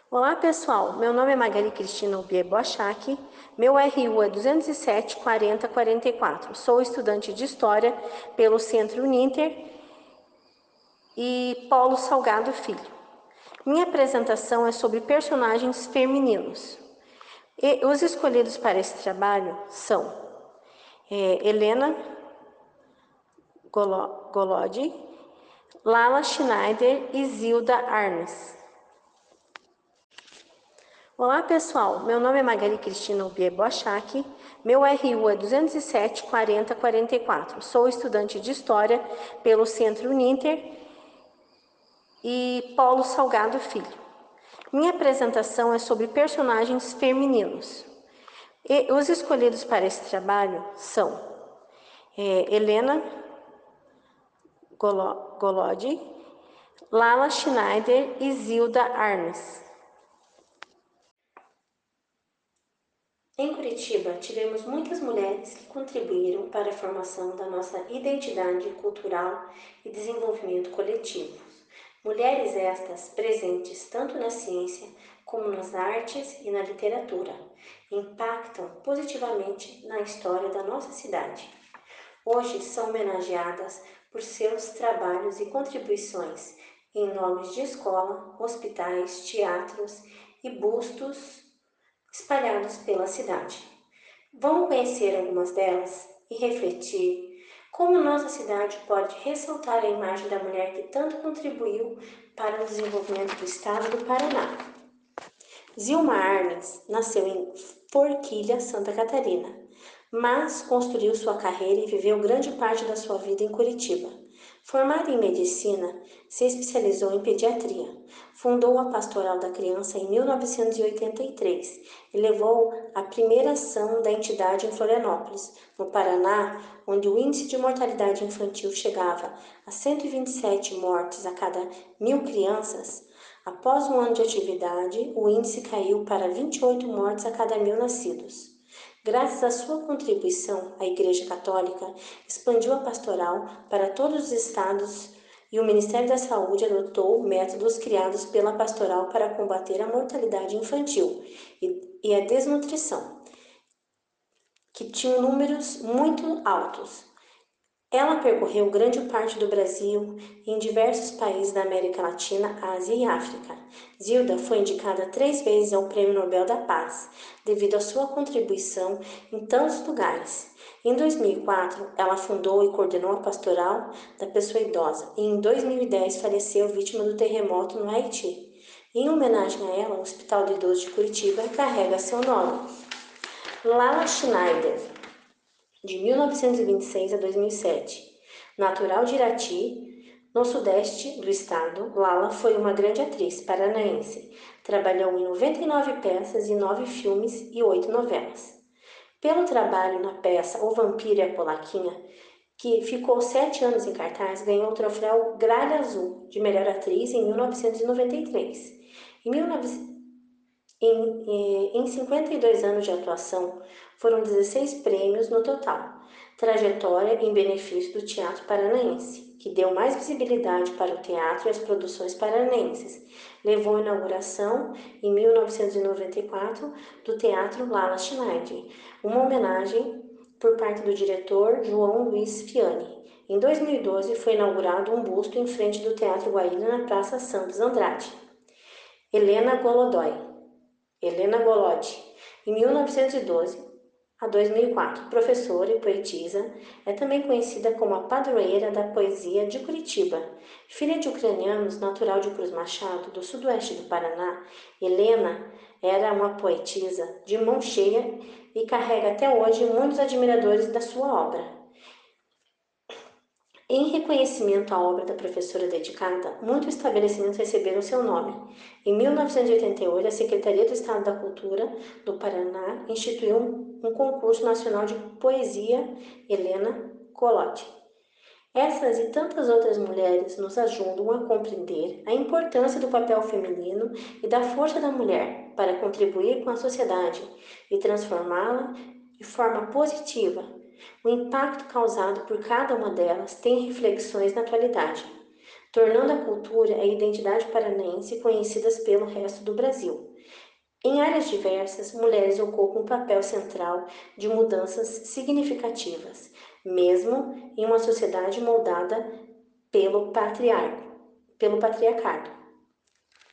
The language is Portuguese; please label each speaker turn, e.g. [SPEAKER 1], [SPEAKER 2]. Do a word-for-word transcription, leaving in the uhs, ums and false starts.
[SPEAKER 1] Olá pessoal, meu nome é Magali Cristina Ubier Boachak, meu R U é duzentos e sete, quarenta, quarenta e quatro. Sou estudante de História pelo Centro Uninter e Paulo Salgado Filho. Minha apresentação é sobre personagens femininos. E os escolhidos para esse trabalho são é, Helena Golo, Golodi, Lala Schneider e Zilda Arnes. Olá pessoal, meu nome é Magali Cristina Ubier Boachak, meu R U é duzentos e sete, quarenta, quarenta e quatro. Sou estudante de História pelo Centro Uninter e Paulo Salgado Filho. Minha apresentação é sobre personagens femininos. E os escolhidos para esse trabalho são é, Helena Golo, Golodi, Lala Schneider e Zilda Arnes. Em Curitiba, tivemos muitas mulheres que contribuíram para a formação da nossa identidade cultural e desenvolvimento coletivo. Mulheres estas presentes tanto na ciência como nas artes e na literatura, impactam positivamente na história da nossa cidade. Hoje são homenageadas por seus trabalhos e contribuições em nomes de escola, hospitais, teatros e bustos espalhados pela cidade. Vamos conhecer algumas delas e refletir como nossa cidade pode ressaltar a imagem da mulher que tanto contribuiu para o desenvolvimento do estado do Paraná. Zilma Arnes nasceu em Forquilha, Santa Catarina, mas construiu sua carreira e viveu grande parte da sua vida em Curitiba. Formada em medicina, se especializou em pediatria. Fundou a Pastoral da Criança em mil novecentos e oitenta e três e levou a primeira ação da entidade em Florianópolis, no Paraná, onde o índice de mortalidade infantil chegava a cento e vinte e sete mortes a cada mil crianças. Após um ano de atividade, o índice caiu para vinte e oito mortes a cada mil nascidos. Graças à sua contribuição, a Igreja Católica expandiu a pastoral para todos os estados e o Ministério da Saúde adotou métodos criados pela pastoral para combater a mortalidade infantil e a desnutrição, que tinham números muito altos. Ela percorreu grande parte do Brasil e em diversos países da América Latina, Ásia e África. Zilda foi indicada três vezes ao Prêmio Nobel da Paz, devido à sua contribuição em tantos lugares. Em dois mil e quatro, ela fundou e coordenou a Pastoral da Pessoa Idosa e em dois mil e dez faleceu vítima do terremoto no Haiti. Em homenagem a ela, o Hospital do Idoso de Curitiba carrega seu nome. Lala Schneider, de mil novecentos e vinte e seis a dois mil e sete. Natural de Irati, no sudeste do estado, Lala foi uma grande atriz paranaense. Trabalhou em noventa e nove peças e nove filmes e oito novelas. Pelo trabalho na peça O Vampiro e a Polaquinha, que ficou sete anos em cartaz, ganhou o troféu Gralha Azul de melhor atriz em mil novecentos e noventa e três. Em mil e novecentos Em, em cinquenta e dois anos de atuação, foram dezesseis prêmios no total. Trajetória em benefício do teatro paranaense, que deu mais visibilidade para o teatro e as produções paranaenses. Levou à inauguração, em mil novecentos e noventa e quatro, do Teatro Lala Schneider, uma homenagem por parte do diretor João Luiz Fiani. Em dois mil e doze, foi inaugurado um busto em frente do Teatro Guaíra, na Praça Santos Andrade. Helena Golodói. Helena Golodi, em mil novecentos e doze a dois mil e quatro, professora e poetisa, é também conhecida como a padroeira da poesia de Curitiba. Filha de ucranianos, natural de Cruz Machado, do sudoeste do Paraná, Helena era uma poetisa de mão cheia e carrega até hoje muitos admiradores da sua obra. Em reconhecimento à obra da professora dedicada, muitos estabelecimentos receberam seu nome. Em mil novecentos e oitenta e oito, a Secretaria do Estado da Cultura do Paraná instituiu um, um concurso nacional de poesia Helena Golodi. Essas e tantas outras mulheres nos ajudam a compreender a importância do papel feminino e da força da mulher para contribuir com a sociedade e transformá-la de forma positiva. O impacto causado por cada uma delas tem reflexões na atualidade. tornando a cultura e a identidade paranaense conhecidas pelo resto do Brasil. Em áreas diversas, mulheres ocupam um papel central de mudanças significativas, mesmo em uma sociedade moldada pelo patriarca, pelo patriarcado.